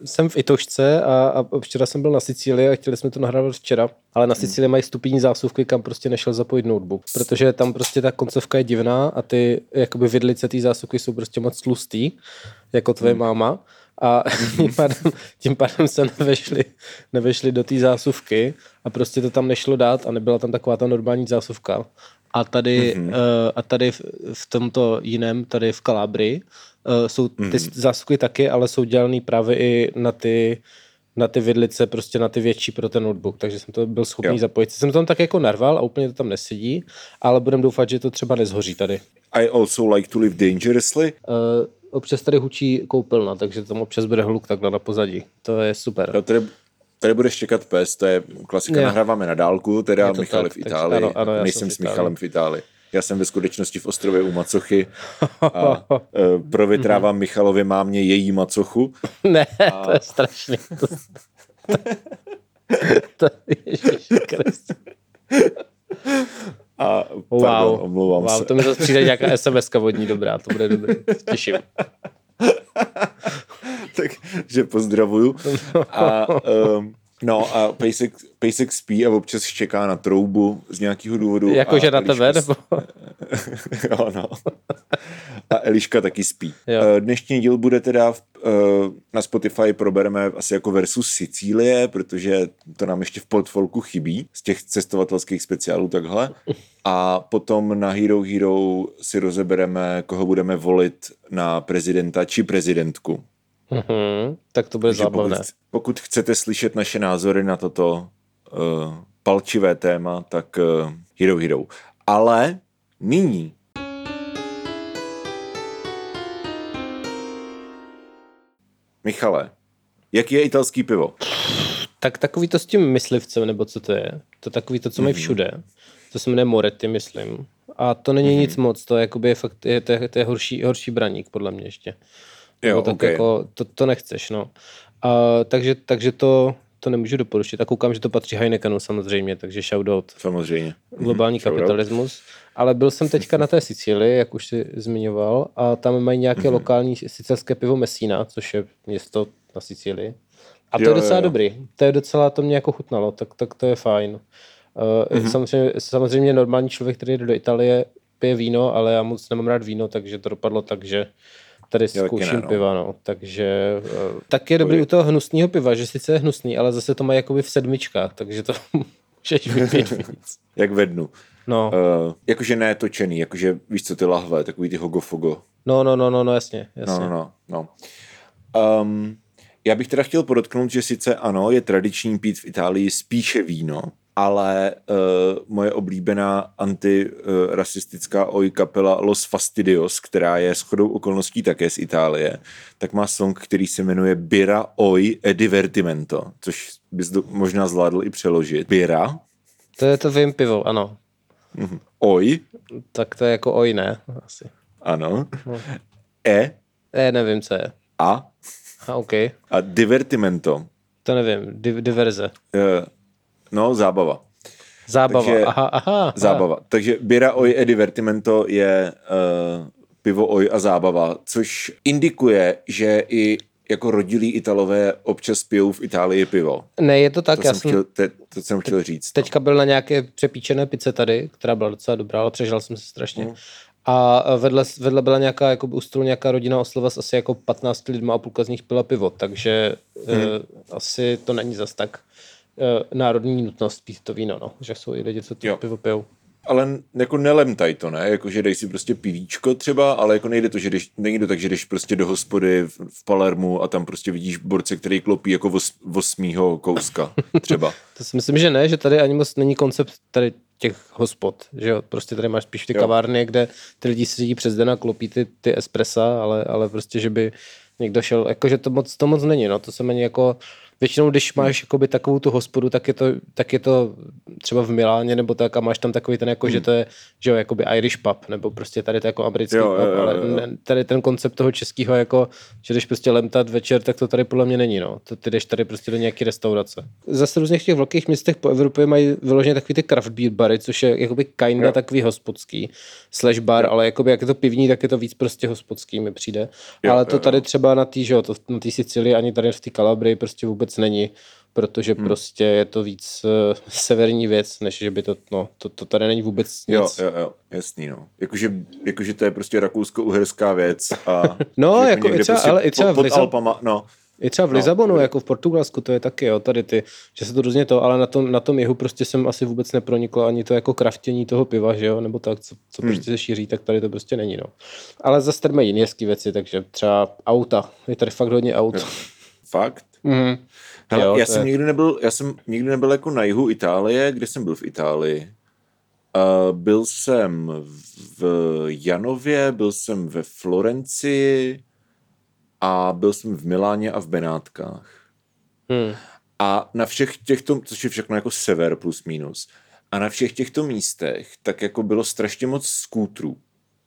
jsem v Itošce a včera jsem byl na Sicílii a chtěli jsme to nahrávat včera, ale na Sicílii mají stupidní zásuvky, kam prostě nešel zapojit notebook, protože tam prostě ta koncovka je divná a ty jakoby vidlice té zásuvky jsou prostě moc tlustý, jako tvoje máma. A tím pádem se nevešli do té zásuvky a prostě to tam nešlo dát a nebyla tam taková ta normální zásuvka. A tady v tomto jiném, tady v Kalábrii, jsou ty zásuvky taky, ale jsou dělaný právě i na ty vidlice, prostě na ty větší pro ten notebook, takže jsem to byl schopný zapojit. Jsem to tam tak jako narval a úplně to tam nesedí, ale budem doufat, že to třeba nezhoří tady. I also like to live dangerously. Občas tady hučí koupelna, takže tam občas bude hluk takhle na pozadí. To je super. No, tady budeš čekat pes, to je klasika, nahráváme na dálku, teda Michal je v Itálii, ano, nejsem s Michalem v Itálii. Já jsem ve skutečnosti v ostrově u Macochy a provětrávám Michalově mámě její macochu. Ne, to je strašný. To je Kriste. A pardon, omlouvám se. To mi zase přijde nějaká SMS-ka vodní, dobrá, to bude dobrý, těším. Takže pozdravuju. A Pejsek spí a občas štěká na troubu z nějakého důvodu. Jakože na tebe, nebo? Jo, no. A Eliška taky spí. Jo. Dnešní díl bude teda na Spotify probereme asi jako versus Sicílie, protože to nám ještě v portfolku chybí z těch cestovatelských speciálů takhle. A potom na Hero Hero si rozebereme, koho budeme volit na prezidenta či prezidentku. Tak to bude zábavné. Pokud chcete slyšet naše názory na toto palčivé téma, tak Hero Hero. Ale nyní Michale, jaký je italský pivo? Tak takový to s tím myslivcem, nebo co to je? To takový to, co mají všude. To se jmenuje Moretti, myslím. A to není nic moc, to je jakoby fakt, to je horší braník, podle mě ještě. Jo, tak jako, to nechceš, no. Takže to nemůžu doporučit. A koukám, že to patří Heinekenu samozřejmě, takže shoutout. Samozřejmě. Globální kapitalismus. Ale byl jsem teďka na té Sicílii, jak už si zmiňoval, a tam mají nějaké lokální sicilské pivo Messina, což je město na Sicílii. A to je docela dobrý. To mě jako chutnalo, tak to je fajn. Samozřejmě normální člověk, který jde do Itálie, pije víno, ale já moc nemám rád víno, takže to dopadlo tak, že tady zkouším piva, no. Takže tak je dobrý u toho hnusného piva, že sice je hnusný, ale zase to má jakoby v 7, takže to můžeš vypít víc. Jak ve dnu. No. Jakože ne točený, jakože víš co, ty lahve, takový ty hogofogo. No, jasně. No. Já bych teda chtěl podotknout, že sice ano, je tradiční pít v Itálii spíše víno, ale moje oblíbená antirasistická kapela Los Fastidios, která je shodou okolností také z Itálie, tak má song, který se jmenuje Birra Oi e Divertimento, což bys možná zvládl i přeložit. Birra? To je to vím pivo, ano. Oi? Tak to je jako oj, ne? Asi. Ano. No. Nevím, co je. A? OK. A Divertimento. To nevím, diverze. No, zábava. Takže, aha. Zábava. Takže Birra Oi e Divertimento je pivo oj a zábava, což indikuje, že i jako rodilí Italové občas pijou v Itálii pivo. Ne, je to tak. To jsem chtěl říct. Teďka byl na nějaké přepíčené pice tady, která byla docela dobrá, ale přežal jsem se strašně. A vedle byla nějaká, jakoby u stolu nějaká rodinná oslova s asi jako 15 lidma a půlka z nich pila pivo, takže asi to není zas tak národní nutnost pít to víno, no. Že jsou i lidi, co to pivo pijou. Ale jako nelemtaj to, ne? Jakože dej si prostě pivíčko třeba, ale jako nejde to, že není to tak, že jdeš prostě do hospody v Palermu a tam prostě vidíš borce, který klopí jako 8. kouska třeba. To si myslím, že ne, že tady ani moc není koncept tady těch hospod, že jo, prostě tady máš spíš ty kavárny, kde ty lidi sedí přes den a klopí ty espressa, ale prostě, že by někdo šel, jakože to moc není, no, to se ani jako Většinou, když máš jakoby takovou tu hospodu, tak je to třeba v Miláně nebo tak a máš tam takový ten jako, že to je, že jo, jakoby Irish pub, nebo prostě tady to jako americký pub, ale tady ten koncept toho českého jako, že když prostě lemtat večer, tak to tady podle mě není, no. Ty jdeš tady prostě do nějaké restaurace. Zase v různých těch velkých městech po Evropě mají vyloženě takový ty craft beer bary, což je jakoby kinda takový hospodský slash bar, ale jakoby jak je to pivní, tak je to víc prostě hospodský mi přijde. Ale to tady třeba na té Sicílii ani tady v té Kalabrii prostě vůbec není, protože prostě je to víc severní věc, než že by to tady není vůbec nic. Jo, jasný, no. Jakože to je prostě rakousko-uherská věc a no, jako i třeba, prostě ale i třeba pod Alpama, no. I třeba v Lisabonu, jako v Portugalsku, to je taky, jo, tady že se to různě ale na tom jihu prostě jsem asi vůbec neproniklo ani to jako kraftění toho piva, že jo, nebo tak, co prostě se šíří, tak tady to prostě není, no. Ale zase tady mají jiné hezký věci, takže třeba auta, je tady fakt hodně aut. Fakt? Mhm. Hele, jo, já jsem nikdy nebyl jako na jihu Itálie, kde jsem byl v Itálii. Byl jsem v Janově, byl jsem ve Florencii a byl jsem v Miláně a v Benátkách. A na všech těchto, což je všechno jako sever plus minus, a na všech těchto místech tak jako bylo strašně moc skútrů.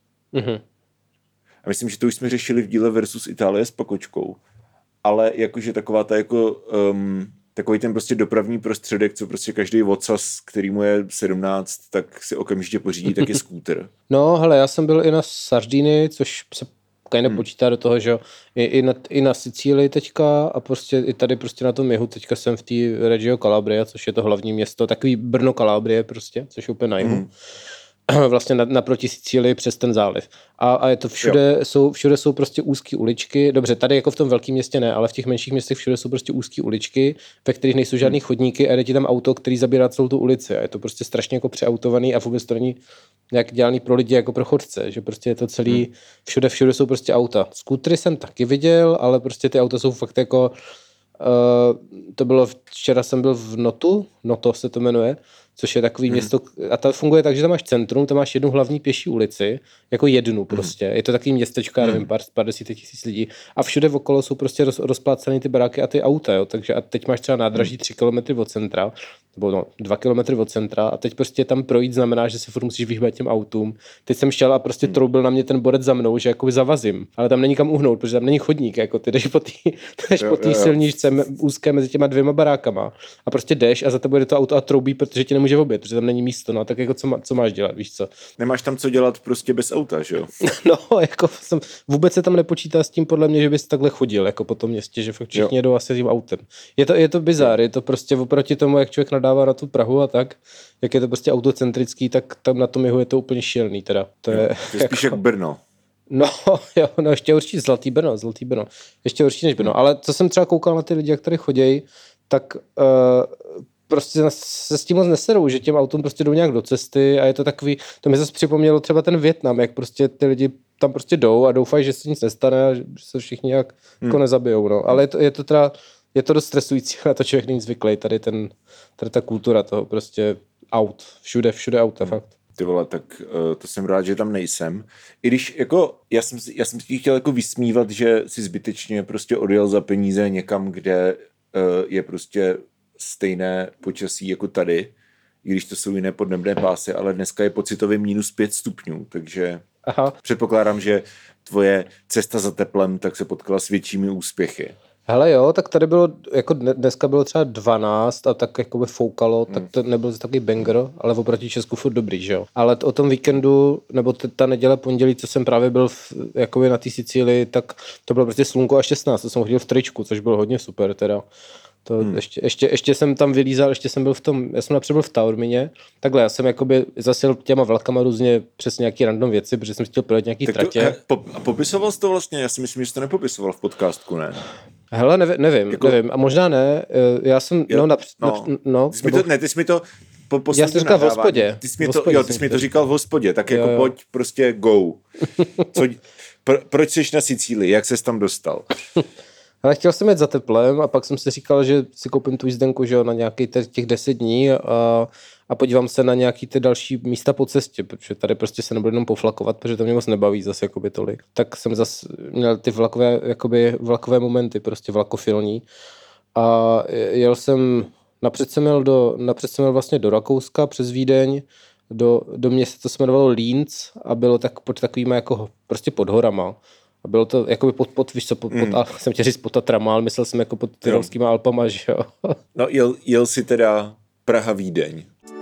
A myslím, že to už jsme řešili v díle Versus Itálie s Pakočkou. Ale jakože taková ta jako takový ten prostě dopravní prostředek, co prostě každý vocas, který mu je 17, tak si okamžitě pořídí, tak je skútr. No, hele, já jsem byl i na Sardinii, což se kinda počítá do toho, že i na Sicílii teďka a prostě i tady prostě na tom jihu, teďka jsem v té Reggio Calabria, což je to hlavní město, takový Brno Calabrie prostě, což je úplně na jihu. Vlastně naproti Sicílii přes ten záliv. A je to všude jsou prostě úzký uličky. Dobře, tady jako v tom velkém městě ne, ale v těch menších městech všude jsou prostě úzký uličky, ve kterých nejsou žádný chodníky a jde ti tam auto, který zabírá celou tu ulici. A je to prostě strašně jako přeautovaný a vůbec to není nějak dělaný pro lidi jako pro chodce, že prostě je to celý, všude jsou prostě auta. Skútry jsem taky viděl, ale prostě ty auta jsou fakt jako to bylo, včera jsem byl v Noto se to jmenuje, což je takový město, a to funguje tak, že tam máš centrum, tam máš jednu hlavní pěší ulici, jako jednu prostě, je to takový městečko, já nevím, pár desítek tisíc lidí a všude okolo jsou prostě rozplácený ty baráky a ty auta, jo, takže a teď máš třeba nádraží 3 kilometry od centra, nebo 2 kilometry od centra a teď prostě tam projít znamená, že se furt musíš vyhýbat těm autům. Teď jsem šel a prostě troubil na mě ten borec za mnou, že jakoby zavazím, ale tam není kam uhnout, protože tam není chodník, jako ty jdeš po té silničce úzké mezi těma dvěma barákama a prostě jdeš a za tebou jde to auto a troubí, protože ti nemůže objet, protože tam není místo, no tak jako co máš dělat, víš co? Nemáš tam co dělat prostě bez auta, že jo? No, jako vůbec se tam nepočítá s tím podle mě, že bys takhle chodil jako po tom městě, že fakt všichni jedou asi tím autem. Je to bizár, je to prostě oproti tomu, jak člověk nadává na tu Prahu a tak, jak je to prostě autocentrický, tak tam na tom jihu je to úplně šílený teda. To je spíš jak Brno. No, jo, no ještě určitě Zlatý Brno. Ještě určitě než Brno. Ale co jsem třeba koukal na ty lidi, jak tady chodějí, tak prostě se s tím moc neserou, že těm autům prostě jdou nějak do cesty a je to takový, to mi zase připomnělo třeba ten Vietnam, jak prostě ty lidi tam prostě jdou a doufají, že se nic nestane a že se všichni nějak jako nezabijou, no. Ale je to dost stresující, na to člověk není zvyklý, tady ta kultura toho prostě aut, všude auta, fakt. Ty vole, tak to jsem rád, že tam nejsem. I když jako, já jsem si chtěl jako vysmívat, že si zbytečně prostě odjel za peníze někam, kde je prostě stejné počasí jako tady, i když to jsou jiné podnebné pásy, ale dneska je pocitově -5 stupňů, takže předpokládám, že tvoje cesta za teplem tak se potkala s většími úspěchy. Hele jo, tak tady bylo, jako dneska bylo třeba 12 a tak jakoby foukalo, tak to nebyl takový banger, ale oproti Česku furt dobrý, že jo. Ale o tom víkendu, nebo ta neděle, pondělí, co jsem právě byl jakoby na té Sicílii, tak to bylo prostě slunko a 16, to jsem chodil v tričku, což bylo hodně super teda. To ještě jsem tam vylízal, ještě jsem byl já jsem například byl v Taormině, takhle, já jsem jakoby zasil těma vlakama různě přes nějaký random věci, protože jsem chtěl projet nějaký tratě. A popisoval jsi to vlastně? Já si myslím, že jsi to nepopisoval v podcastku, ne? Hele, nevím, a možná ne, já jsem, ty jsi mi to já jsem říkal v hospodě. Ty jsi mi to říkal v hospodě, tak jako pojď prostě go. Proč jsi na Sicílii, jak ses tam dostal? Ale chtěl jsem jít za teplem a pak jsem si říkal, že si koupím tu jízdenku, že jo, na nějaký těch 10 dní a podívám se na nějaký ty další místa po cestě, protože tady prostě se nebudu jenom poflakovat, protože to mě moc nebaví zase jakoby tolik. Tak jsem zase měl ty vlakové momenty, prostě vlakofilní. a jel jsem, napřed jsem měl vlastně do Rakouska přes Vídeň, do města, to se jmenovalo Linz a bylo tak pod takovýma jako prostě pod horama. A bylo to jakoby víš co, jsem chtěl říct pod Tatrama, ale myslel jsem jako pod Tyrolskýma Alpama, že jo. No jel si teda Praha-Vídeň.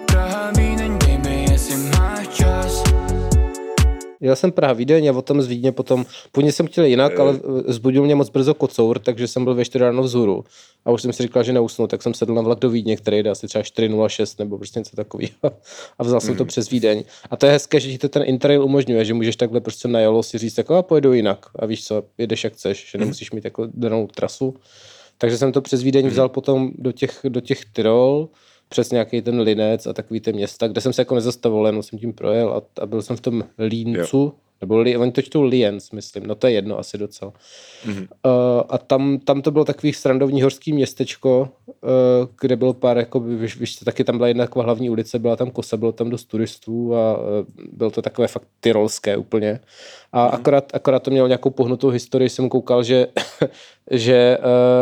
Jel jsem Praha-Vídeň a potom z Vídně potom, původně jsem chtěl jinak, ale zbudil mě moc brzo kocour, takže jsem byl ve 4 ráno vzhůru a už jsem si říkal, že neusnu, tak jsem sedl na vlak do Vídně, který jde asi třeba 4:06 nebo prostě něco takového a vzal jsem to přes Vídeň. A to je hezké, že ti to ten Interrail umožňuje, že můžeš takhle prostě na jolo si říct, jako a pojedu jinak a víš co, jedeš jak chceš, že nemusíš mít jako danou trasu. Takže jsem to přes Vídeň vzal potom do těch Tyrol, přes nějaký ten Linec a takový ty města, kde jsem se jako nezastavoval, jenom jsem tím projel a byl jsem v tom Lincu, nebo oni to čtou Lienz, myslím, no to je jedno asi docela. A tam to bylo takový srandovní horský městečko, kde bylo pár, jako, víš, taky tam byla jedna taková hlavní ulice, byla tam kosa, bylo tam dost turistů a bylo to takové fakt tyrolské úplně. A akorát to mělo nějakou pohnutou historii, jsem koukal, že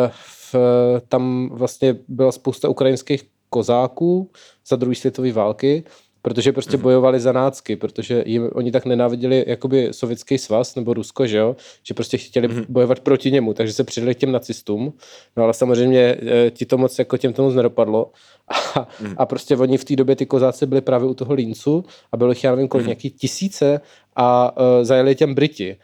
tam vlastně byla spousta ukrajinských kozáků za druhé světové války, protože prostě bojovali za nácky, protože oni tak nenáviděli jakoby Sovětský svaz nebo Rusko, že jo, že prostě chtěli bojovat proti němu, takže se přidali k těm nacistům, no ale samozřejmě ti to moc, jako těm to moc nedopadlo a prostě oni v té době ty kozáci byli právě u toho Lincu a bylo jich, já nevím kolik, nějaký tisíce a zajeli těm Briti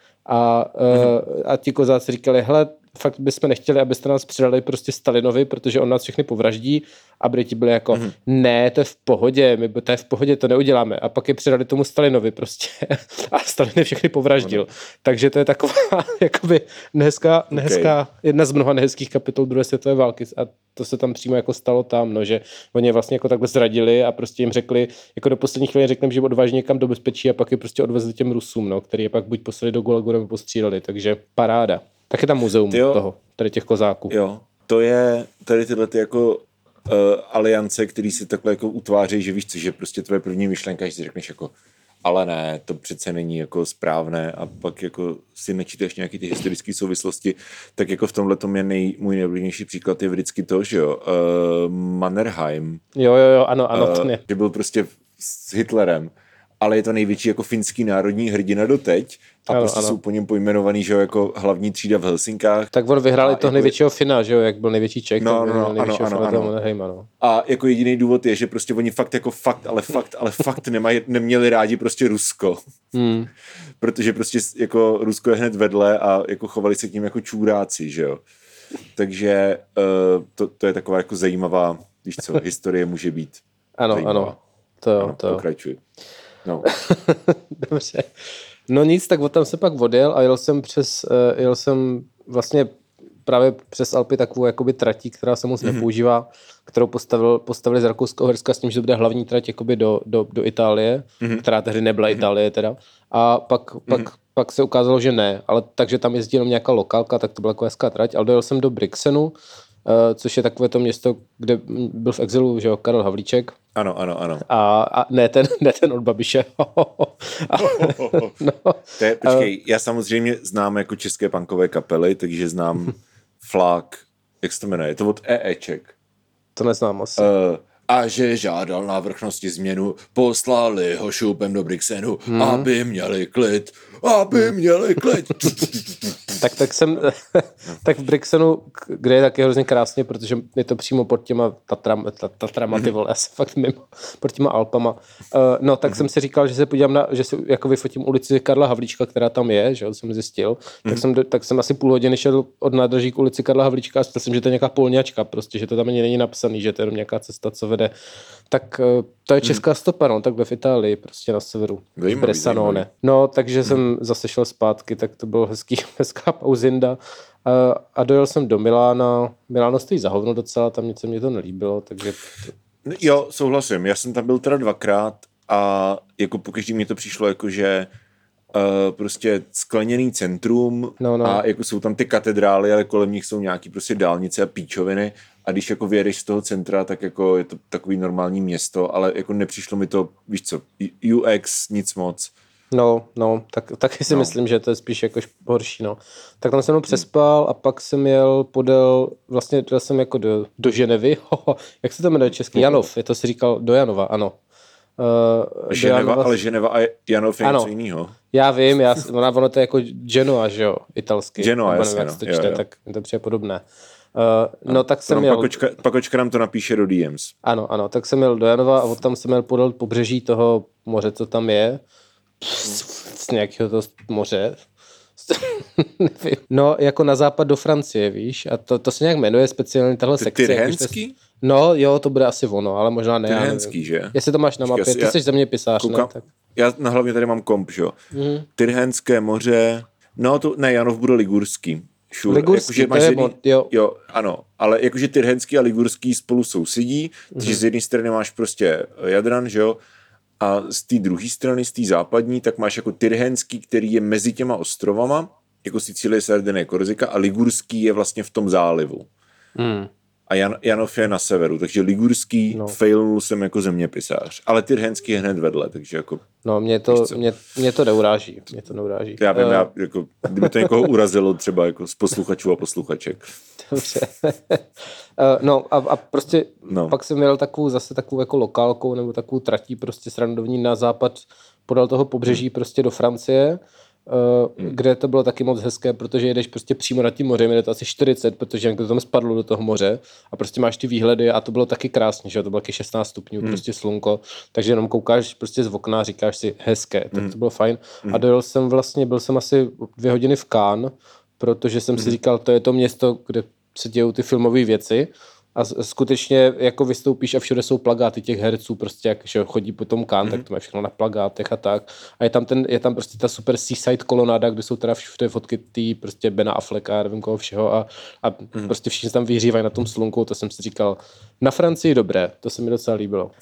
a ti kozáci říkali, hele, fakt bychom nechtěli, abyste nás přidali prostě Stalinovi, protože on nás všechny povraždí a Briti byli jako, ne, to je v pohodě, to je v pohodě, to neuděláme. A pak je přidali tomu Stalinovi prostě a Stalin je všechny povraždil. Takže to je taková jakoby nehezká, jedna z mnoha nehezkých kapitol druhé světové války a to se tam přímo jako stalo tam, no, že oni je vlastně jako takhle zradili a prostě jim řekli, jako do poslední chvíle řekli, že odváží někam do bezpečí a pak je prostě odvezli těm Rusům, no, který je pak buď poslali do Gulagu nebo postřídali, takže paráda. Tak je tam muzeum tady těch kozáků. Jo, to je tady tyhle ty jako aliance, který si takhle jako utváří, že víš co, že prostě tvoje první myšlenka, že si řekneš jako ale ne, to přece není jako správné a pak jako si načítáš nějaký ty historické souvislosti, tak jako v tomhletom je můj nejoblíbenější příklad je vždycky to, že jo, Mannerheim. Jo, ano, ten je. Že byl prostě s Hitlerem, ale je to největší jako finský národní hrdina doteď a ano, prostě jsou po něm pojmenovaný, že jo, jako hlavní třída v Helsinkách. Tak on vyhrál i toho největšího Fina, že jo, jak byl největší Čech, no, ano. A jako jediný důvod je, že prostě oni ale fakt neměli rádi prostě Rusko. Protože prostě jako Rusko je hned vedle a jako chovali se k ním jako čůráci, že jo. Takže to je taková jako zajímavá, víš co, historie může být. Ano. To. Pokračuj. No. Dobře. No nic, tak tam jsem pak odjel a jel jsem vlastně právě přes Alpy takovou jakoby tratí, která se moc nepoužívá, kterou postavili z Rakouska-Uherska s tím, že to bude hlavní trať jakoby do Itálie, která tehdy nebyla Itálie teda. A pak se ukázalo, že ne, ale takže tam jezdí jenom nějaká lokálka, tak to byla jako hezká trať, ale dojel jsem do Brixenu, což je takové to město, kde byl v exilu, že jo, Karel Havlíček. Ano. A ne ten od Babiše. No. Počkej, já samozřejmě znám jako české punkové kapely, takže znám Flak, jak se to jmenuje, je to od EEček. To neznám asi. A že žádal na vrchnosti změnu, poslali ho šoupem do Brixenu, aby měli klid. Tak v Brixenu, kde je taky hrozně krásně, protože je to přímo pod těma Tatrama, ty vole, já jsem fakt mimo, pod těma Alpama. No, tak jsem si říkal, že se podívám že si jako vyfotím ulici Karla Havlíčka, která tam je, že jsem zjistil. Tak jsem asi půl hodiny šel od nádraží k ulici Karla Havlíčka a zjistil jsem, že to je nějaká polňačka, prostě, že to tam ani není napsaný, že to je jenom nějaká cesta, co vede. Tak to je česká stopa, no, takhle v Itálii, prostě na severu. Bressanone. No, takže jsem zase šel zpátky, tak to bylo hezká pauzinda. A dojel jsem do Milána. Miláno stojí za hovno docela, tam něco mě to nelíbilo, takže... Jo, souhlasím. Já jsem tam byl teda 2krát a jako pokaždý mě to přišlo jako, že prostě skleněný centrum a jako jsou tam ty katedrály, ale kolem nich jsou nějaký prostě dálnice a píčoviny a když jako vyjedeš z toho centra, tak jako je to takový normální město, ale jako nepřišlo mi to, víš co, UX nic moc. No, taky si myslím, že to je spíš jako horší, no. Tak tam jsem ho přespal a pak jsem jel vlastně jel jsem jako do Ženevy, jak se to jmenuje český? Janov, je to si říkal, do Janova, ano. Ženeva, ale Ženeva a Janov je něco jiného. Já vím, ono to je jako Genoa, že jo, italsky. Genoa, jasně, jak to čte, tak to přijde podobné. Tak jsem jel... Pakočka nám to napíše do DMs. Ano, tak jsem jel do Janova a od tam jsem jel podél pobřeží toho moře, co tam je. Z nějakého toho moře. No, jako na západ do Francie, víš, a to se nějak jmenuje speciálně tahle sekce. Tyrhenský? No, jo, to bude asi ono, ale možná ne. Tyrhenský, že? Jestli to máš na mapě, ty jsi zeměpisář, ne? Tak... Já na hlavně tady mám komp, že jo. Tyrhenské moře, Janov bude ligurský. Sure. Ligurský, jakože to je jo, ano, ale jakože Tyrhenský a ligurský spolu sousedí, takže z jedné strany máš prostě Jadran, že jo, a z té druhé strany, z té západní, tak máš jako Tyrhenský, který je mezi těma ostrovama, jako Sicílie, Sardinie, Korzika, a ligurský je vlastně v tom zálivu. A Janov je na severu, takže ligurský failnul jsem jako zeměpisář, ale Tyrhenský je hned vedle, takže jako... No, mě to neuráží. Já vím, jako, kdyby to někoho urazilo třeba jako z posluchačů a posluchaček. Dobře. A prostě pak jsem měl zase takovou jako lokálkou nebo takovou tratí prostě srandovní na západ podél toho pobřeží prostě do Francie, kde to bylo taky moc hezké, protože jedeš prostě přímo nad tím mořem, je to asi 40, protože jak to tam spadlo do toho moře a prostě máš ty výhledy a to bylo taky krásně, že to bylo taky 16 stupňů, prostě slunko, takže jenom koukáš prostě z okna a říkáš si hezké, tak to bylo fajn. A byl jsem asi 2 hodiny v Cannes, protože jsem si říkal, to je to město, kde se dějou ty filmové věci a skutečně jako vystoupíš a všude jsou plagáty těch herců, prostě jak že chodí po tom Cannes, tak to má všechno na plagátech a tak. A je tam prostě ta super seaside kolonáda, kde jsou teda všude fotky tý prostě Bena Afflecka, nevím koho všeho a prostě všichni tam vyhřívají na tom slunku, to jsem si říkal, na Francii dobré, to se mi docela líbilo.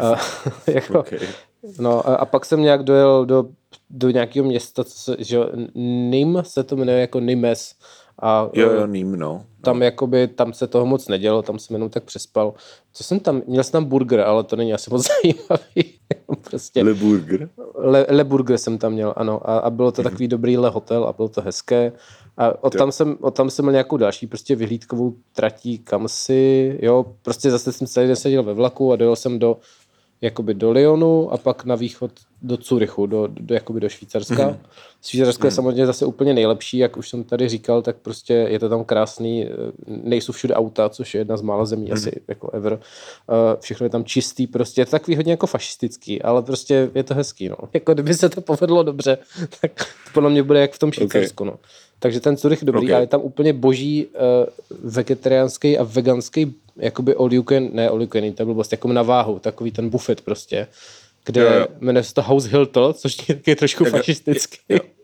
No a pak jsem nějak dojel do nějakého města, Nîmes se to jmenuje jako Nimes. A Nîmes, tam se toho moc nedělo, tam jsem jenom tak přespal. Měl jsem tam burger, ale to není asi moc zajímavý. Prostě. Le burger? Le burger jsem tam měl, ano. A bylo to takový dobrý hotel a bylo to hezké. A od tam jsem měl nějakou další prostě vyhlídkovou tratí kamsi, prostě zase jsem celý den seděl ve vlaku a dojel jsem do Lyonu a pak na východ do Curychu, do Švýcarska. Švýcarsko je samozřejmě zase úplně nejlepší, jak už jsem tady říkal, tak prostě je to tam krásný, nejsou všude auta, což je jedna z mála zemí asi jako ever. Všechno je tam čistý, prostě je to takový hodně jako fašistický, ale prostě je to hezký, no. Jako kdyby se to povedlo dobře, tak podle mě bude jak v tom Švýcarsku, no. Takže ten Curych dobrý, ale je tam úplně boží vegetariánský a veganský jakoby all you can, to byl vlastně jako na váhu, takový ten bufet prostě, kde jmenuje se to House Hilton, což je trošku fašistický.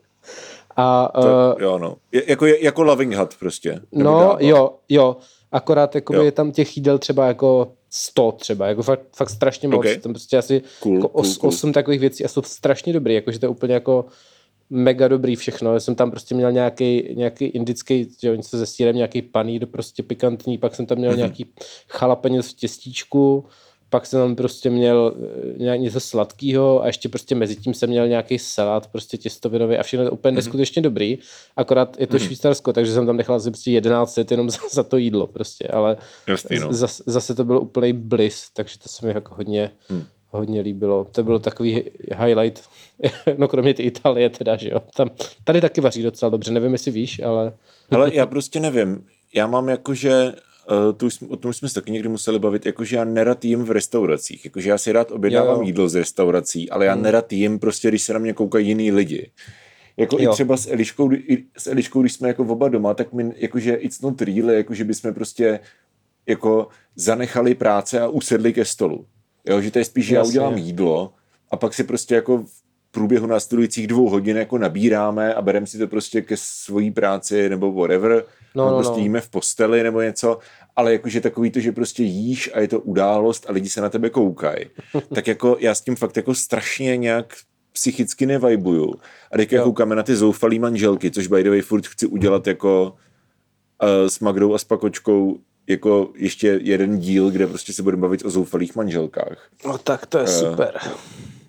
Jako Loving Hut prostě. Jo, akorát jakoby je tam těch jídel třeba jako 100 třeba, jako fakt strašně moc, tam prostě asi 8 takových věcí a jsou strašně dobrý, jakože to je úplně jako mega dobrý všechno. Já jsem tam prostě měl nějaký indický, něco se sírem, nějaký panír prostě pikantní, pak jsem tam měl nějaký jalapeňo v těstíčku, pak jsem tam prostě měl něco sladkého a ještě prostě mezi tím jsem měl nějaký salát prostě těstovinový a všechno je úplně neskutečně dobrý, akorát je to Švýcarsko, takže jsem tam nechal asi prostě 11 let jenom za to jídlo prostě, ale zase to bylo úplný bliss, takže to se mi jako hodně líbilo. To bylo takový highlight, no kromě ty Itálie teda, že jo. Tady taky vaří docela dobře, nevím, jestli víš, ale... Hele, já prostě nevím. Já mám jakože, o tom jsme se taky někdy museli bavit, jakože já nerad jim v restauracích. Jakože já si rád objednávám jídlo z restaurací, ale já nerad jim prostě, když se na mě koukají jiný lidi. Jako i třeba s Eliškou, když jsme jako oba doma, tak my jakože it's not real, jakože bychom prostě jako zanechali práce a usedli ke stolu. Jo, že to je spíš, že já udělám jídlo a pak si prostě jako v průběhu následujících 2 hodin jako nabíráme a bereme si to prostě ke svojí práci nebo whatever, prostě jíme v posteli nebo něco, ale jakože takový to, že prostě jíš a je to událost a lidi se na tebe koukají. Tak jako já s tím fakt jako strašně nějak psychicky nevajbuju. A teď koukáme na ty zoufalý manželky, což by the way furt chci udělat jako s Magdou a s Pakočkou jako ještě jeden díl, kde prostě se budeme bavit o zoufalých manželkách. No tak to je super.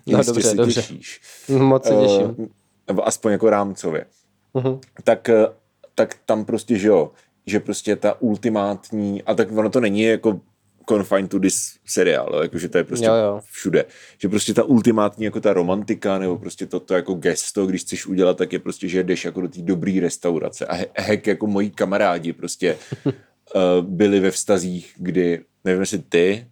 No jistě dobře, se dobře. těšíš. Moc se těším. Aspoň jako rámcově. Uh-huh. Tak tam prostě, že jo, že prostě ta ultimátní, a tak ono to není jako confined to this seriál, jakože to je prostě jo. všude. Že prostě ta ultimátní jako ta romantika, nebo prostě to jako gesto, když chceš udělat, tak je prostě, že jdeš jako do té dobrý restaurace. A hek jako moji kamarádi prostě byli ve vztazích, kdy, nevím, jestli ty,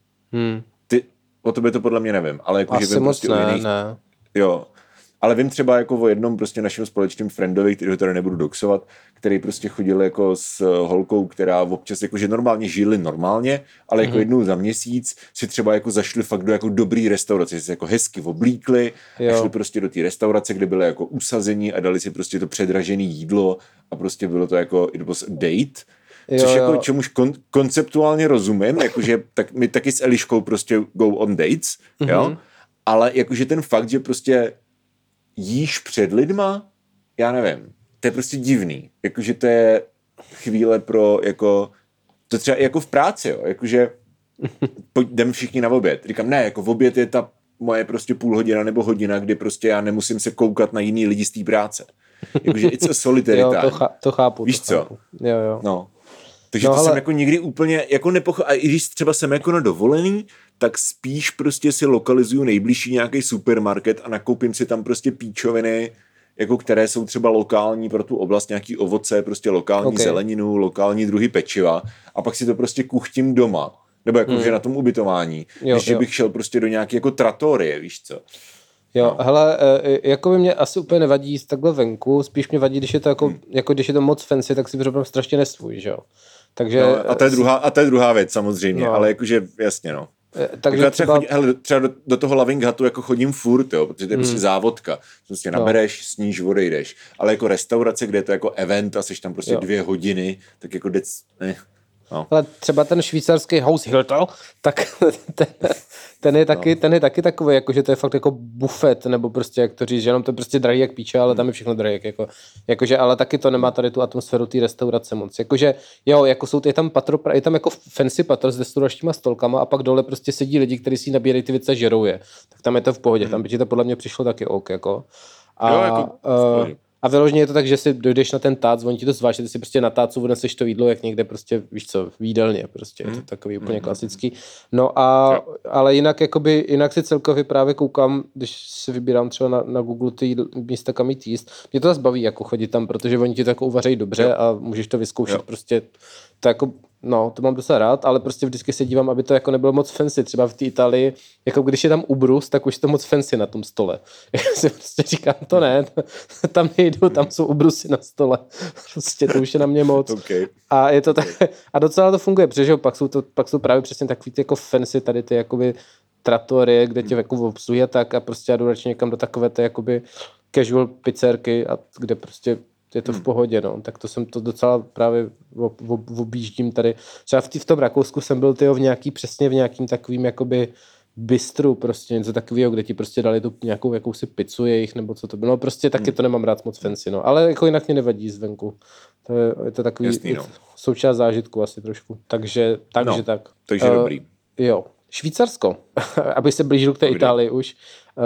o tobě to podle mě nevím, ale jakože vím prostě ne, o jiných, ne. Jo, ale vím třeba jako o jednom prostě našem společném friendovi, kterého tady nebudu doxovat, který prostě chodil jako s holkou, která občas jakože normálně žili normálně, ale jako jednou za měsíc si třeba jako zašli fakt do jako dobrý restaurace, si jako hezky oblíkli a šli prostě do té restaurace, kde byly jako usazení a dali si prostě to předražené jídlo a prostě bylo to jako it was a date. Což jako čemuž konceptuálně rozumím, jakože tak my taky s Eliškou prostě go on dates, jo, ale jakože ten fakt, že prostě jíš před lidma, já nevím, to je prostě divný, jakože to je chvíle pro jako, to třeba jako v práci, jo, jakože jdeme všichni na oběd, říkám ne, jako v oběd je ta moje prostě půl hodina nebo hodina, kdy prostě já nemusím se koukat na jiný lidi z té práce, jakože it's a solitary time. To chápu. Víš co? Jo. No. Takže to jsem jako nikdy úplně jako a i když třeba jsem jako na dovolený, tak spíš prostě si lokalizuju nejbližší nějaký supermarket a nakoupím si tam prostě píčoviny, jako které jsou třeba lokální pro tu oblast, nějaký ovoce, prostě lokální zeleninu, lokální druhy pečiva a pak si to prostě kuchtím doma. Nebo jako že na tom ubytování. Když bych šel prostě do nějaké jako tratorie, víš co? Jo, hele, jako by mě asi úplně nevadí jíst takhle venku, spíš mě vadí, když je to jako když je to moc fancy, tak si vyřobám strašně nesvůj, že jo. Takže, no, a to je druhá věc samozřejmě, ale jakože jasně no. Takže třeba do toho Loving Hutu jako chodím furt, jo, protože to je prostě závodka. Prostě nabereš, sníš, odejdeš. Ale jako restaurace, kde je to jako event a seš tam prostě 2 hodiny, tak jako no. Ale třeba ten švýcarský Haus Hilton, tak ten je taky takový, jakože to je fakt jako bufet, nebo prostě jak to říct, že jenom to je prostě drahý jak píče, ale tam je všechno drahý, jakože, ale taky to nemá tady tu atmosféru té restaurace moc. Jakože, jo, jako je tam jako fancy patro s restauračníma stolkama a pak dole prostě sedí lidi, kteří si nabírají ty věci a žerou je. Tak tam je to v pohodě, tam by ti to podle mě přišlo taky ok, jako. A vyloženě je to tak, že si dojdeš na ten tác, oni ti to zváš, že ty si prostě na tácu odneseš to jídlo, jak někde prostě, víš co, v jídelně prostě, je to takový úplně klasický. No ale jinak si celkově právě koukám, když si vybírám třeba na Google ty místa, kam jít jíst, mě to zase baví jako chodit tam, protože oni ti to jako uvařejí dobře a můžeš to vyzkoušet prostě, to jako, no, to mám docela rád, ale prostě vždycky se dívám, aby to jako nebylo moc fancy, třeba v té Itálii, jako když je tam ubrus, tak už je to moc fancy na tom stole. Já si prostě říkám, to ne, tam nejdu, tam jsou ubrusy na stole, prostě to už je na mě moc. Okay. A je to tak, a docela to funguje, protože pak jsou právě přesně takový ty jako fancy tady ty jakoby tratorie, kde tě jako obsluhuje tak a prostě já jdu radši někam do takové ty jakoby casual pizzerky, a kde prostě je to v pohodě, no. Tak to jsem to docela právě objíždím tady. Třeba v tom Rakousku jsem byl v nějakým takovým jakoby bistru, prostě něco takového, kde ti prostě dali tu nějakou jakousi pizzu jejich, nebo co to bylo. No prostě taky to nemám rád moc fancy, no. Ale jako jinak mě nevadí zvenku. Je to takový jasný, no. Součást zážitku asi trošku. Takže tak. Takže dobrý. Jo. Švýcarsko, aby se blížil k té Itálii už.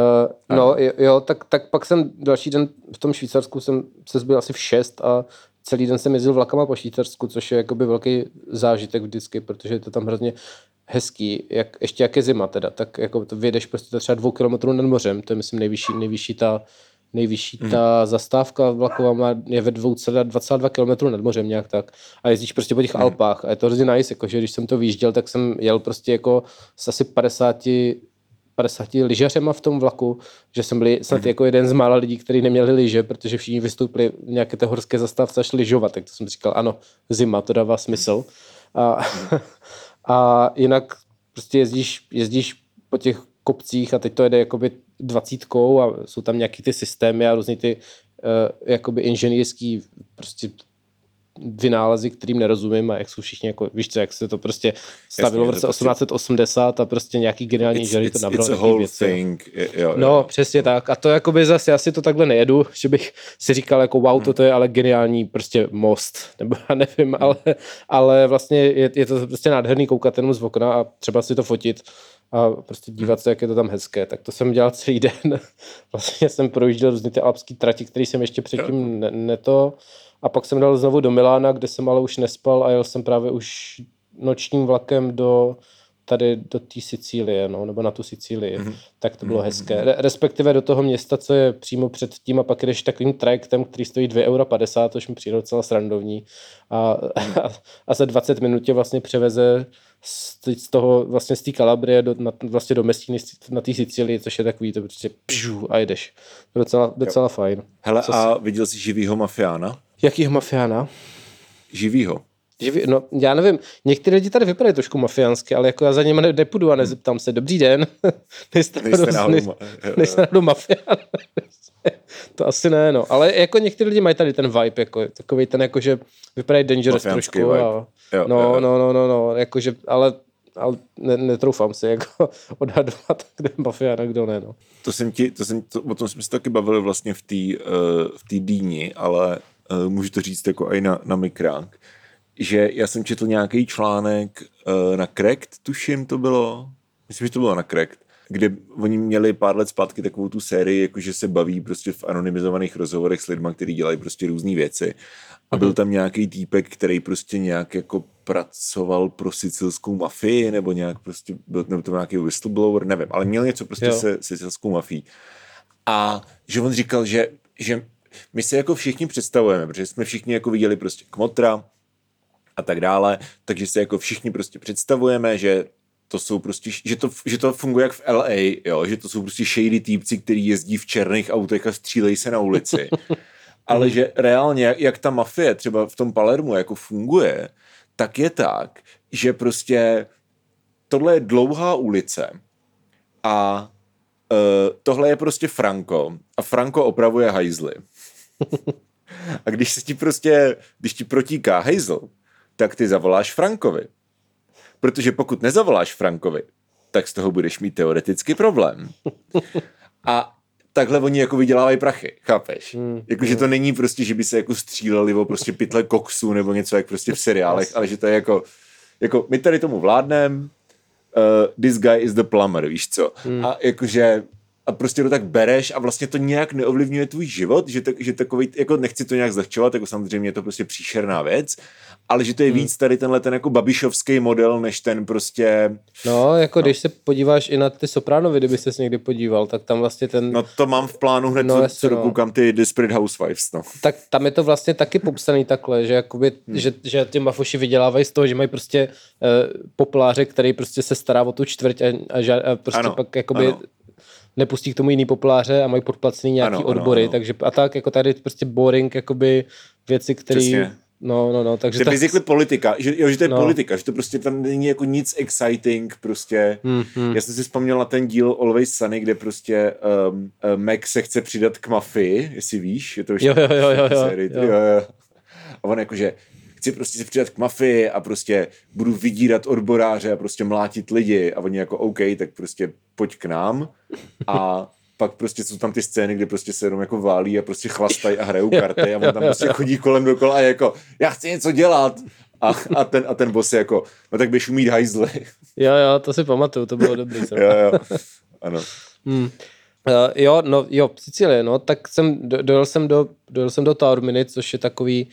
Tak pak jsem další den v tom Švýcarsku jsem se zbyl asi v 6 a celý den jsem jezdil vlakama po Švýcarsku, což je jakoby velký zážitek vždycky, protože je to tam hrozně hezký, ještě jak je zima teda, tak jako to vyjedeš prostě třeba 2 kilometrů nad mořem, to je myslím nejvyšší ta zastávka vlaková je ve 22 km nad mořem nějak tak a jezdíš prostě po těch Alpách a je to hrozně nice, jakože když jsem to vyjížděl, tak jsem jel prostě jako s asi 50 lyžařema v tom vlaku, že jsem byl snad jako jeden z mála lidí, kteří neměli lyže, protože všichni vystoupili v nějaké té horské zastávce a šli lyžovat, tak to jsem říkal, ano, zima, to dává smysl. A jinak prostě jezdíš po těch kopcích a teď to jede jakoby 20 a jsou tam nějaký ty systémy a různý ty jakoby inženýrský prostě vynálezy, kterým nerozumím a jak jsou všichni jako, víš co, jak se to prostě stavilo v roce 1880 a prostě nějaký geniální inženýr to nabral takový věci. No, přesně tak. A to jakoby zase, já si to takhle nejedu, že bych si říkal jako wow, toto je ale geniální prostě most, nebo já nevím, ale vlastně je to prostě nádherný koukat jenom z okna a třeba si to fotit a prostě dívat se, jak je to tam hezké. Tak to jsem dělal celý den. Vlastně jsem projížděl různý ty alpský trati, které jsem ještě předtím a pak jsem dal znovu do Milána, kde jsem ale už nespal a jel jsem právě už nočním vlakem tady do té Sicílie, nebo na tu Sicílii. Tak to bylo hezké. Respektive do toho města, co je přímo před tím a pak jdeš takovým trajektem, který stojí 2,50 €, což mi přijde docela srandovní. A za 20 minut tě vlastně převeze z toho vlastně z té Kalabrie vlastně do Messiny na té Sicílii, což je takový to prostě a jdeš. Docela fajn. Hele, a viděl jsi živýho mafiána? Jakýho mafiána? Živýho. No, já nevím, některé lidi tady vypadají trošku mafiánsky, ale jako já za nimi nepůjdu a nezeptám se, dobrý den, nejste náhodou mafián. To asi ne, no, ale jako někteří lidi mají tady ten vibe, jako takový ten, jako že vypadají dangerous trošku. Jo. No, jakože, ale netroufám si jako odhadovat, kde je mafián a kdo ne, no. O tom jsme se taky bavili vlastně v té Dýni, ale můžu to říct jako i na mikrák, že já jsem četl nějaký článek na Cracked, tuším to bylo, myslím, že to bylo na Cracked, kde oni měli pár let zpátky takovou tu sérii, jakože se baví prostě v anonymizovaných rozhovorech s lidmi, kteří dělají prostě různé věci. A byl tam nějaký týpek, který prostě nějak jako pracoval pro sicilskou mafii, nebo nějak prostě nebo to nějaký whistleblower, nevím, ale měl něco prostě se sicilskou mafií. A že on říkal, že my se jako všichni představujeme, protože jsme všichni jako viděli prostě Kmotra a tak dále, takže se jako všichni prostě představujeme, že to jsou prostě, že to funguje jak v LA, jo, že to jsou prostě shady týpci, kteří jezdí v černých autech a střílejí se na ulici. Ale že reálně, jak ta mafie třeba v tom Palermu jako funguje, tak je tak, že prostě tohle je dlouhá ulice a tohle je prostě Franco a Franco opravuje hajzly. A když ti protíká hajzl, tak ty zavoláš Frankovi. Protože pokud nezavoláš Frankovi, tak z toho budeš mít teoreticky problém. A takhle oni jako vydělávají prachy, chápeš? Jakože to není prostě, že by se jako stříleli o prostě pytle koksu nebo něco jak prostě v seriálech, ale že to je jako my tady tomu vládnem, this guy is the plumber, víš co? A jakože a prostě to tak bereš a vlastně to nějak neovlivňuje tvůj život, že takový, jako nechci to nějak zlehčovat, jako samozřejmě je to prostě příšerná věc, ale že to je víc tady tenhle ten jako babišovský model, než ten prostě... No, jako když se podíváš i na ty Sopranovy, kdyby ses někdy podíval, tak tam vlastně ten... No to mám v plánu hned, co dokoukám ty Desperate Housewives, no. Tak tam je to vlastně taky popsaný takhle, že jakoby, že ty mafoši vydělávají z toho, že mají prostě populáře, který prostě se stará o tu čtvrť a prostě ano, pak jakoby... Ano. Nepustí k tomu jiný populáře a mají podplacený nějaký odbory, ano. Takže a tak jako tady prostě boring jakoby věci, které no, takže to je basically politika, že to je politika, že to prostě tam není jako nic exciting, prostě. Já jsem si vzpomněl na ten díl Always Sunny, kde prostě Mac se chce přidat k mafii, jestli víš, je to už jo. A on jakože chci prostě se přidat k mafii a prostě budu vydírat odboráře a prostě mlátit lidi a oni jako OK, tak prostě pojď k nám a pak prostě jsou tam ty scény, kde prostě se jenom jako válí a prostě chlastají a hrajou karty a on tam prostě chodí kolem dokola a jako já chci něco dělat a ten boss je jako no tak běž umít hajzly. Jo, to si pamatuju, to bylo dobrý. jo, ano. Sicílie, no, tak dojel jsem do Taorminy, což je takový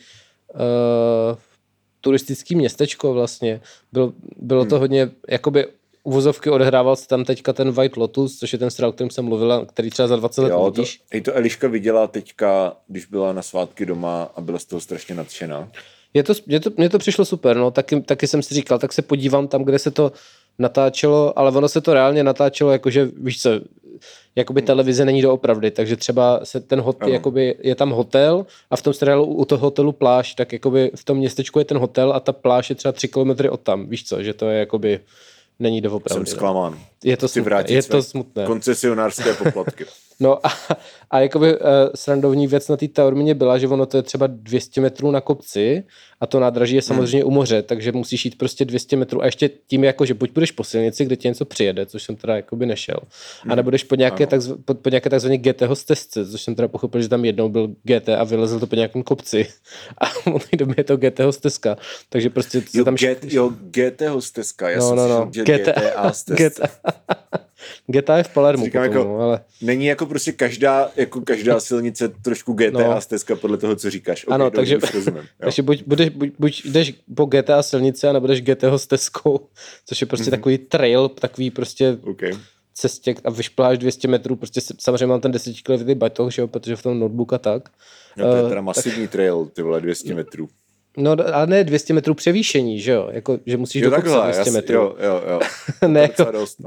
turistický městečko vlastně. Bylo to hodně, jakoby uvozovky odehrával se tam teďka ten White Lotus, což je ten seriál, o kterém jsem mluvila, který třeba za 20 let uvidíš. To Eliška viděla teďka, když byla na svátky doma a byla z toho strašně nadšená. Mně to přišlo super, no, taky jsem si říkal, tak se podívám tam, kde se to natáčelo, ale ono se to reálně natáčelo, jakože, víš co, jakoby televize není doopravdy, takže třeba se ten hotel, jakoby je tam hotel a v tom seriálu u toho hotelu pláž, tak jakoby v tom městečku je ten hotel a ta pláž je třeba 3 kilometry od tam, víš co, že to je jakoby není doopravdy. Jsem zklamán. Je to smutné. Koncesionářské poplatky. No a jakoby srandovní věc na té Taormině byla, že ono to je třeba 200 metrů na kopci a to nádraží je samozřejmě u moře, takže musíš jít prostě 200 metrů a ještě tím jako, že buď budeš po silnici, kde ti něco přijede, což jsem teda jakoby nešel, a nebudeš po nějaké, po nějaké takzvané GT hostesce, což jsem teda pochopil, že tam jednou byl GT a vylezl to po nějakém kopci a v té době je to GT hosteska, takže prostě se tam... GT hosteska, já jsem slyšel, že GTA hostesce. GTA je v Palermu potom, jako, ale... Není jako prostě každá silnice trošku GTA stezka podle toho, co říkáš. Ano, okay, takže buď jdeš po GTA silnice a nebudeš GTA stezkou, což je prostě takový trail, takový prostě cestě a vyšpláš 200 metrů, prostě samozřejmě mám ten 10kilový batoh, že jo, protože v tom notebook a tak. No to je teda masivní trail, ty vole, 200 metrů. No, ale ne 200 metrů převýšení, že jo? Jako, že musíš do kopce 200 metrů. Jo. Ne, jako, dost,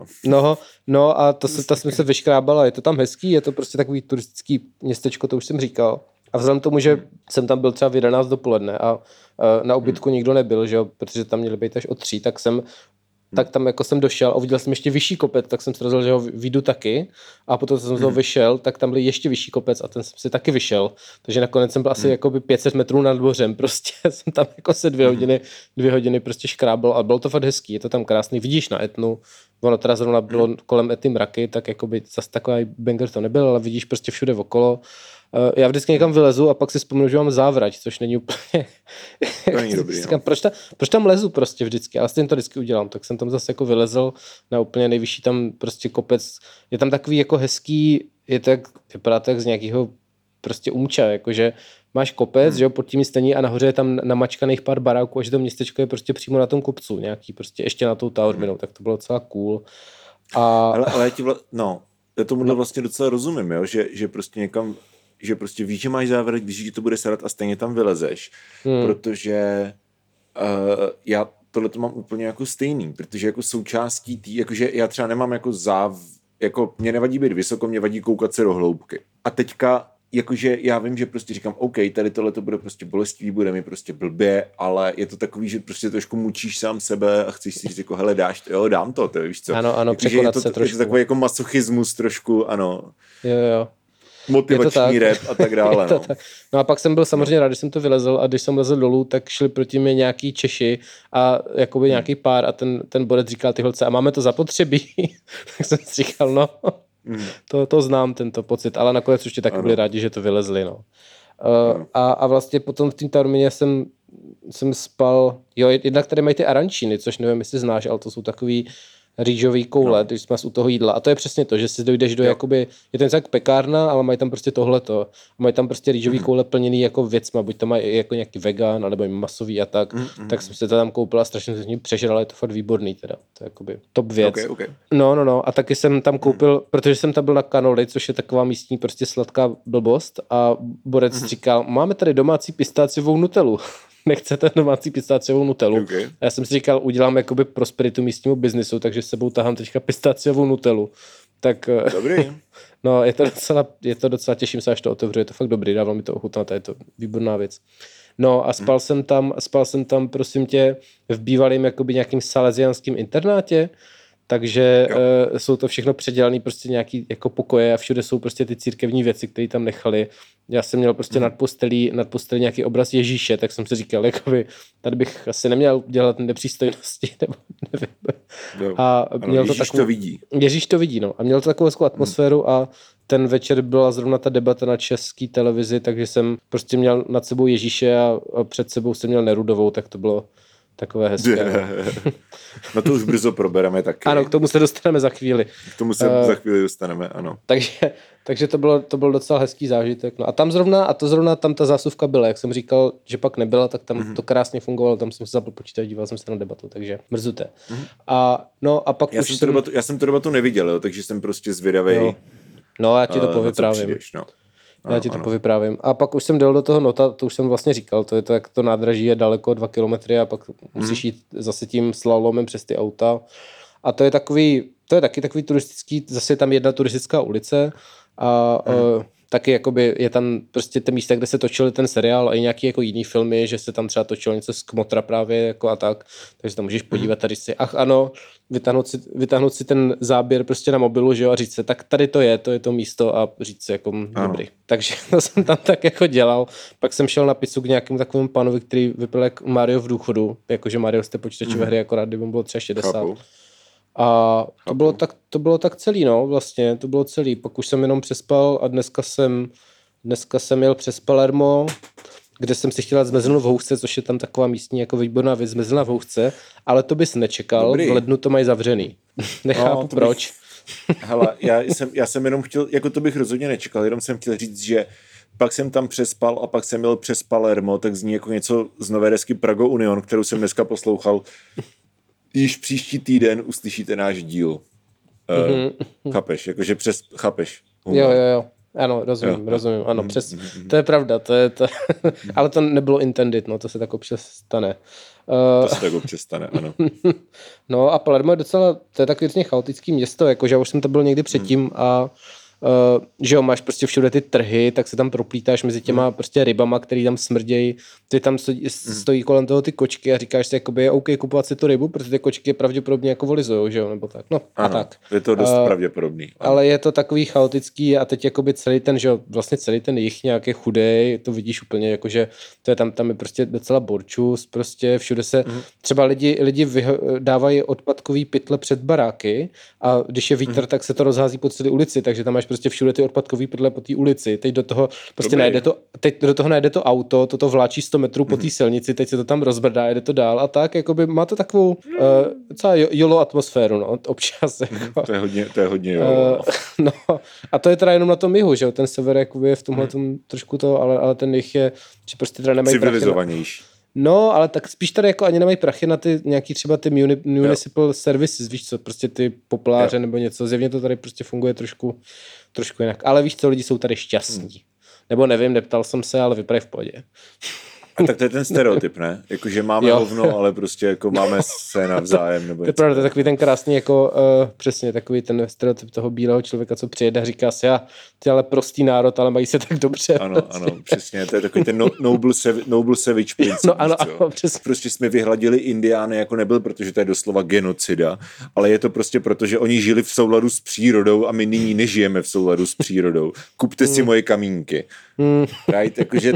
no a to jsem se vyškrábala, je to tam hezký, je to prostě takový turistický městečko, to už jsem říkal. A vzhledem k tomu, že jsem tam byl třeba v 11 dopoledne a na ubytku nikdo nebyl, že jo? Protože tam měli být až o 3, tak tam jako jsem došel a uviděl jsem ještě vyšší kopec, tak jsem si rozhodl, že ho vyjdu taky a potom jsem z toho vyšel, tak tam byl ještě vyšší kopec a ten jsem si taky vyšel. Takže nakonec jsem byl asi jakoby 500 metrů nad dvořem, prostě jsem tam jako se 2 hodiny prostě škrábal a bylo to fakt hezký, je to tam krásný, vidíš na Etnu, ono teda zrovna bylo kolem Etny mraky, tak jakoby zase takový banger to nebyl, ale vidíš prostě všude okolo. Já vždycky někam vylezu a pak si vzpomenu, že mám závrať, což není úplně... To není dobrý, říkám, proč tam lezu prostě vždycky, ale stejně to vždycky udělám, tak jsem tam zase jako vylezl na úplně nejvyšší tam prostě kopec, je tam takový jako hezký, vypadá to jak z nějakého prostě umča, jakože máš kopec, že jo, pod tím stení a nahoře je tam namačkaných pár baráků a že to městečko je prostě přímo na tom kopcu, nějaký prostě ještě na tou Taorminou, tak to bylo docela cool. Ale já tomu vlastně docela rozumím, jo, že prostě někam že prostě víš, že máš závěrek, víš, že to bude sadat a stejně tam vylezeš, protože já tohle to mám úplně jako stejný, protože jako součástí jakože já třeba nemám jako mě nevadí být vysoko, mě vadí koukat se do hloubky. A teďka jakože já vím, že prostě říkám, OK, tady tohle to bude prostě bolestivý, bude mi prostě blbě, ale je to takový, že prostě trošku mučíš sám sebe a chceš si říct jako, hele, dám to, víš co. Ano, překonat se trošku. Je to takový jako masochismus trošku, ano. Jo. Motivační rap a tak dále. No a pak jsem byl samozřejmě rád, když jsem to vylezl a když jsem lezl dolů, tak šli proti mě nějaký Češi a jakoby nějaký pár a ten borec říkal ty holce a máme to zapotřebí. Tak jsem si říkal, to znám tento pocit, ale nakonec už taky byli rádi, že to vylezli. No. A vlastně potom v té Taormině jsem spal, jednak tady mají ty arančíny, což nevím, jestli znáš, ale to jsou takový rýžový koule, když jsme u toho jídla. A to je přesně to, že si dojdeš do jakoby, je to něco jak pekárna, ale mají tam prostě tohleto. A mají tam prostě rýžový koule plněný jako věcma, buď to mají jako nějaký vegan, alebo masový a tak. Tak jsem si to tam koupil a strašně se s ním přežral, je to fakt výborný teda. To je jakoby top věc. Okay. No. A taky jsem tam koupil, protože jsem tam byl na Canoli, což je taková místní prostě sladká blbost a borec říkal, máme tady domácí pistáciovou nutelu. Nechcete domácí pistáciovou nutelu. Okay. A já jsem si říkal, udělám jakoby prosperitu místnímu biznisu, takže s sebou tahám teďka pistáciovou nutelu. Tak, dobrý. No, je to docela, těším se, až to otevřu, je to fakt dobrý, dává mi to ochutnat, je to výborná věc. No a spal jsem tam, prosím tě, v bývalém jakoby nějakým salesiánským internátě, takže jsou to všechno předělané prostě nějaký jako pokoje a všude jsou prostě ty církevní věci, které tam nechali. Já jsem měl prostě nad postelí nějaký obraz Ježíše, tak jsem si říkal, jakoby, tady bych asi neměl dělat nepřístojnosti, nebo nevím. A měl Ježíš to vidí. Ježíš to vidí, no. A měl to takovou atmosféru a ten večer byla zrovna ta debata na české televizi, takže jsem prostě měl nad sebou Ježíše a před sebou jsem měl Nerudovou, tak to bylo takové hezké. No to už brzo probereme taky. Ano, k tomu se dostaneme za chvíli. K tomu se za chvíli dostaneme, ano. Takže to byl docela hezký zážitek. No a tam zrovna tam ta zásuvka byla, jak jsem říkal, že pak nebyla, tak tam to krásně fungovalo, tam jsem se zapl počítač, díval jsem se na debatu, takže mrzuté. A pak já jsem tu debatu neviděl, jo, takže jsem prostě zvědavej. No, já ti to povyprávím. Já ti to povyprávím. A pak už jsem dal do toho Nota, to už jsem vlastně říkal, to je to, jak to nádraží je daleko 2 kilometry a pak musíš jít zase tím slalomem přes ty auta. A to je taky takový turistický, zase je tam jedna turistická ulice a taky jakoby je tam prostě ty místa, kde se točil ten seriál a i nějaký jako jiný filmy, že se tam třeba točilo něco z Kmotra právě jako a tak, takže tam můžeš podívat tady si, ano, vytáhnout si ten záběr prostě na mobilu, že jo, a říct si, tak tady to je to místo a říct si jako dobrý. Takže to jsem tam tak jako dělal. Pak jsem šel na pizzu k nějakému takovému panovi, který vypadal jak Mario v důchodu, jakože Mario z té počítačové hry, akorát kdyby mu bylo třeba 60. Chápu. A to bylo tak celý, no, vlastně, to bylo celý. Pak už jsem jenom přespal a dneska jsem jel přes Palermo, kde jsem si chtěl zmrzlinu v housce, což je tam taková místní jako výborná věc, zmrzlina v housce, ale to bys nečekal, Dobrý. V lednu to mají zavřený. Nechápu proč. Hele, já jsem jenom chtěl, jako to bych rozhodně nečekal, jenom jsem chtěl říct, že pak jsem tam přespal a pak jsem jel přes Palermo, tak zní jako něco z nové desky Prago Union, kterou jsem dneska poslouchal. Již příští týden uslyšíte náš díl. Chápeš, jakože chápeš. Jo. Ano, rozumím. Ano, to je pravda, to je ale to nebylo intended, no, to se tak občas stane. To se tak občas stane, ano. No a Palermo je docela, to je takový chaotický město, jakože já už jsem to byl někdy předtím a že jo, máš prostě všude ty trhy, tak se tam proplítáš mezi těma prostě rybama, který tam smrdějí, ty tam stojí kolem toho ty kočky a říkáš si, jakoby je OK kupovat si tu rybu, protože ty kočky pravděpodobně jako volizujou, že jo, nebo tak, no ano, a tak. Je to dost pravděpodobný. Ano. Ale je to takový chaotický a teď jakoby celý ten, že jo, vlastně celý ten jich nějaký chudej, to vidíš úplně, jakože to je tam je prostě docela borčus, prostě všude se, třeba lidi dávají odpadkový pytle před baráky a když je vítr, tak se to rozhází po celé ulici, takže tam máš prostě všude ty odpadkový pytle po té ulici. Teď do toho prostě najde to auto, toto vláčí 100 metrů po té silnici, teď se to tam rozbrdá, jede to dál a tak, jakoby má to takovou docela jolo atmosféru, no, občas. Jako. To je hodně jolo. No, a to je teda jenom na tom jihu, že jo, ten sever jakoby je v tomhle trošku to, ale ten jih je, že prostě teda nemají civilizovanější. No, ale tak spíš tady jako ani nemají prachy na ty nějaký třeba ty municipal services, víš co, prostě ty popláře nebo něco, zjevně to tady prostě funguje trošku jinak, ale víš co, lidi jsou tady šťastní. Nebo nevím, neptal jsem se, ale vypadají v pohodě. A tak to je ten stereotyp, ne? Jakože máme hovno, ale prostě jako máme se navzájem. Nebo to je pravda, to je takový ten krásný, jako přesně takový ten stereotyp toho bílého člověka, co přijede a říká si, ty ale prostý národ, ale mají se tak dobře. Ano, přesně, to je takový ten noble savage princip. No ano, přesně. Prostě jsme vyhladili Indiány, jako nebyl, protože to je doslova genocida, ale je to prostě proto, že oni žili v souladu s přírodou a my nyní nežijeme v souladu s přírodou. Kupte si moje kamínky. Right? Jakože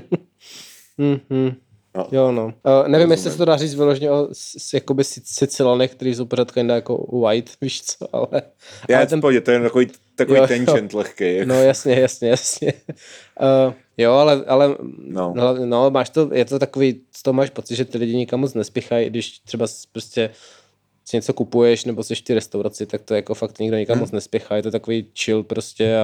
No. Jo, no. Nevím, jestli se to dá říct vyloženě o jakoby Sicilonech, který jsou pořád jako white, víš co, ale... To je takový tangent lehký. Jako. No jasně. Jo, ale máš to, je to takový, z toho máš pocit, že ty lidi nikam moc nespěchají, když třeba prostě si něco kupuješ, nebo jsi v té restauraci, tak to jako fakt nikdo nikam moc nespěchá, je to takový chill prostě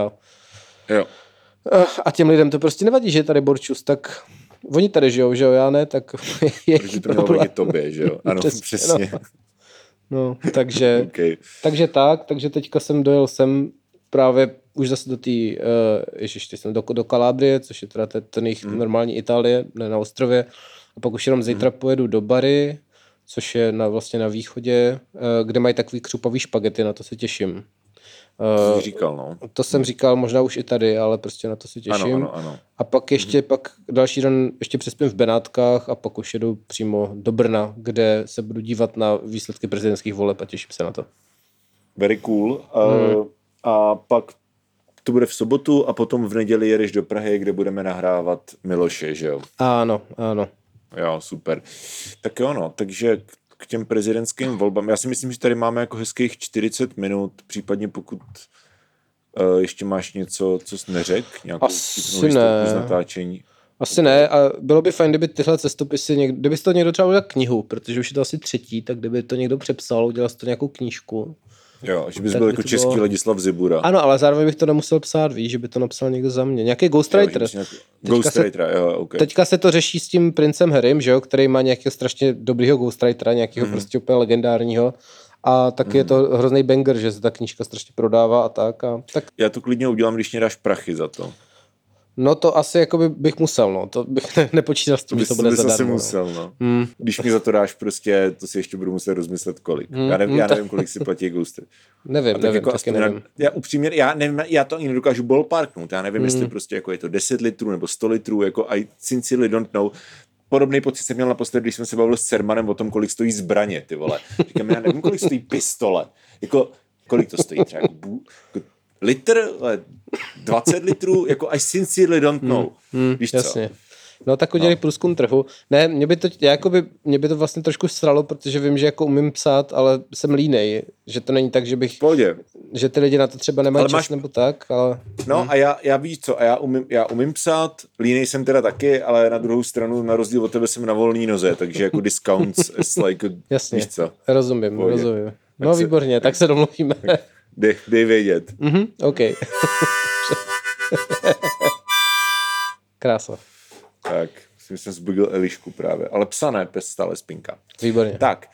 a těm lidem to prostě nevadí, že je tady borčus, tak... Oni tady žijou, že jo, já ne, tak je protože to mělo vadit tobě, že jo, ano, přesně. No, takže takže teďka jsem dojel právě už zase do té, do Kalábrie, což je teda ten jejich normální Itálie, ne na ostrově, a pak už jenom zítra pojedu do Bari, což je vlastně na východě, kde mají takový křupavý špagety, na to se těším. To jsi říkal, no. To jsem říkal možná už i tady, ale prostě na to se těším. Ano. A pak pak další den ještě přespím v Benátkách a pak už jedu přímo do Brna, kde se budu dívat na výsledky prezidentských voleb a těším se na to. Very cool. A pak to bude v sobotu a potom v neděli jedeš do Prahy, kde budeme nahrávat Miloše, že jo? Ano. Jo, super. Tak jo, no, takže k těm prezidentským volbám. Já si myslím, že tady máme jako hezkých 40 minut, případně pokud ještě máš něco, co jsi neřekl, nějakou asi ne. Z natáčení. Asi ne, a bylo by fajn, kdyby tyhle cestopisy, kdyby to někdo třeba udělal knihu, protože už je to asi 3, tak kdyby to někdo přepsal, udělal to nějakou knížku. Jo, že bys byl jako český Ladislav Zibura. Ano, ale zároveň bych to nemusel psát, víš, že by to napsal někdo za mě. Nějaký ghostwriter. Okay. Teďka se to řeší s tím princem Harrym, že jo, který má nějakého strašně dobrýho ghostwritera, nějakého prostě úplně legendárního. A taky je to hrozný banger, že se ta knížka strašně prodává a tak. Já to klidně udělám, když mě dáš prachy za to. No to asi jakoby bych musel, no. To bych nepočítal s tím, že to bude zadarmo. Musel, no. Když mi za to dáš prostě, to si ještě budu muset rozmyslet kolik. Já nevím, kolik si platí Ghoster. Nevím, jako taky nevím. Já upřímně, já to ani nedokážu ballparknout. Já nevím, jestli prostě jako je to 10 litrů nebo 100 litrů, jako I sincerely don't know. Podobný pocit jsem měl naposledy, když jsem se bavil s Cermanem o tom, kolik stojí zbraně, ty vole. Říkám, já nevím, kolik stojí pistole. Jako, kolik to stojí třeba? Jako litr? 20 litrů? Jako I sincerely don't know. Víš jasně. co? No tak udělej průzkum trhu. Ne, mě by to vlastně trošku sralo, protože vím, že jako umím psát, ale jsem línej. Že to není tak, že bych... Pohodě. Že ty lidi na to třeba nemají čas nebo tak, ale... No a já víš co, a já umím psát, línej jsem teda taky, ale na druhou stranu, na rozdíl od tebe jsem na volný noze, takže jako discounts is like... Jasně, víš co? rozumím. No výborně, tak se domluvíme. Dej vědět. OK. Krása. Tak, jsem zbudil Elišku právě, ale psa ne, pes stále spinká. Výborně. Tak,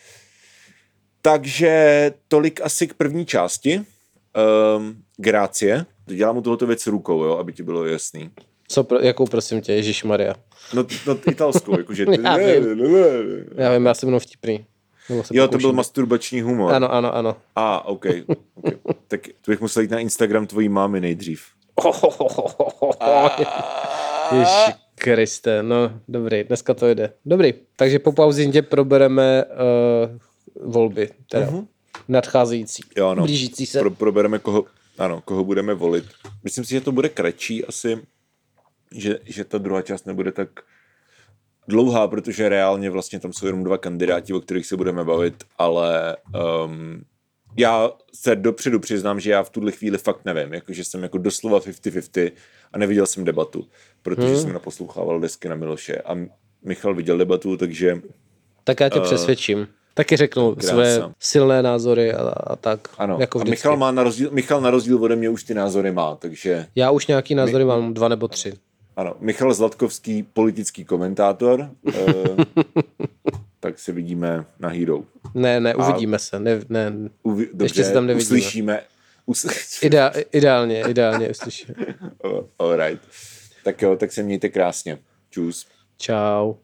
takže tolik asi k první části. Grácie. Dělám u tohoto věc rukou, jo, aby ti bylo jasný. Jakou prosím tě, ježišmarja? No italskou, jakože... Já vím, já jsem mnou vtipný. Jo, to byl masturbační humor. Ano. OK. Tak to bych musel jít na Instagram tvojí mámy nejdřív. Ježiši Kriste, no dobrý, dneska to jde. Dobrý, takže po pauzině probereme volby, teda nadcházející, jo, no. blížící se. Probereme, koho budeme volit. Myslím si, že to bude kratší asi, že ta druhá část nebude tak dlouhá, protože reálně vlastně tam jsou jenom 2 kandidáti, o kterých se budeme bavit, ale já se dopředu přiznám, že já v tuhle chvíli fakt nevím, jakože jsem jako doslova 50-50 a neviděl jsem debatu, protože jsem naposlouchával desky na Miloše a Michal viděl debatu, takže... Tak já tě přesvědčím. Taky řeknu své silné názory a tak. Ano, jako a Michal na rozdíl ode mě už ty názory má, takže... Já už nějaký názory mám 2 nebo 3. Ano, Michal Zlatkovský, politický komentátor, tak se vidíme na Hero. Ne, uvidíme se. Dobře, ještě se tam nevidíme. Uslyšíme. Ideálně uslyšíme. All right. Tak jo, tak se mějte krásně. Čus. Čau.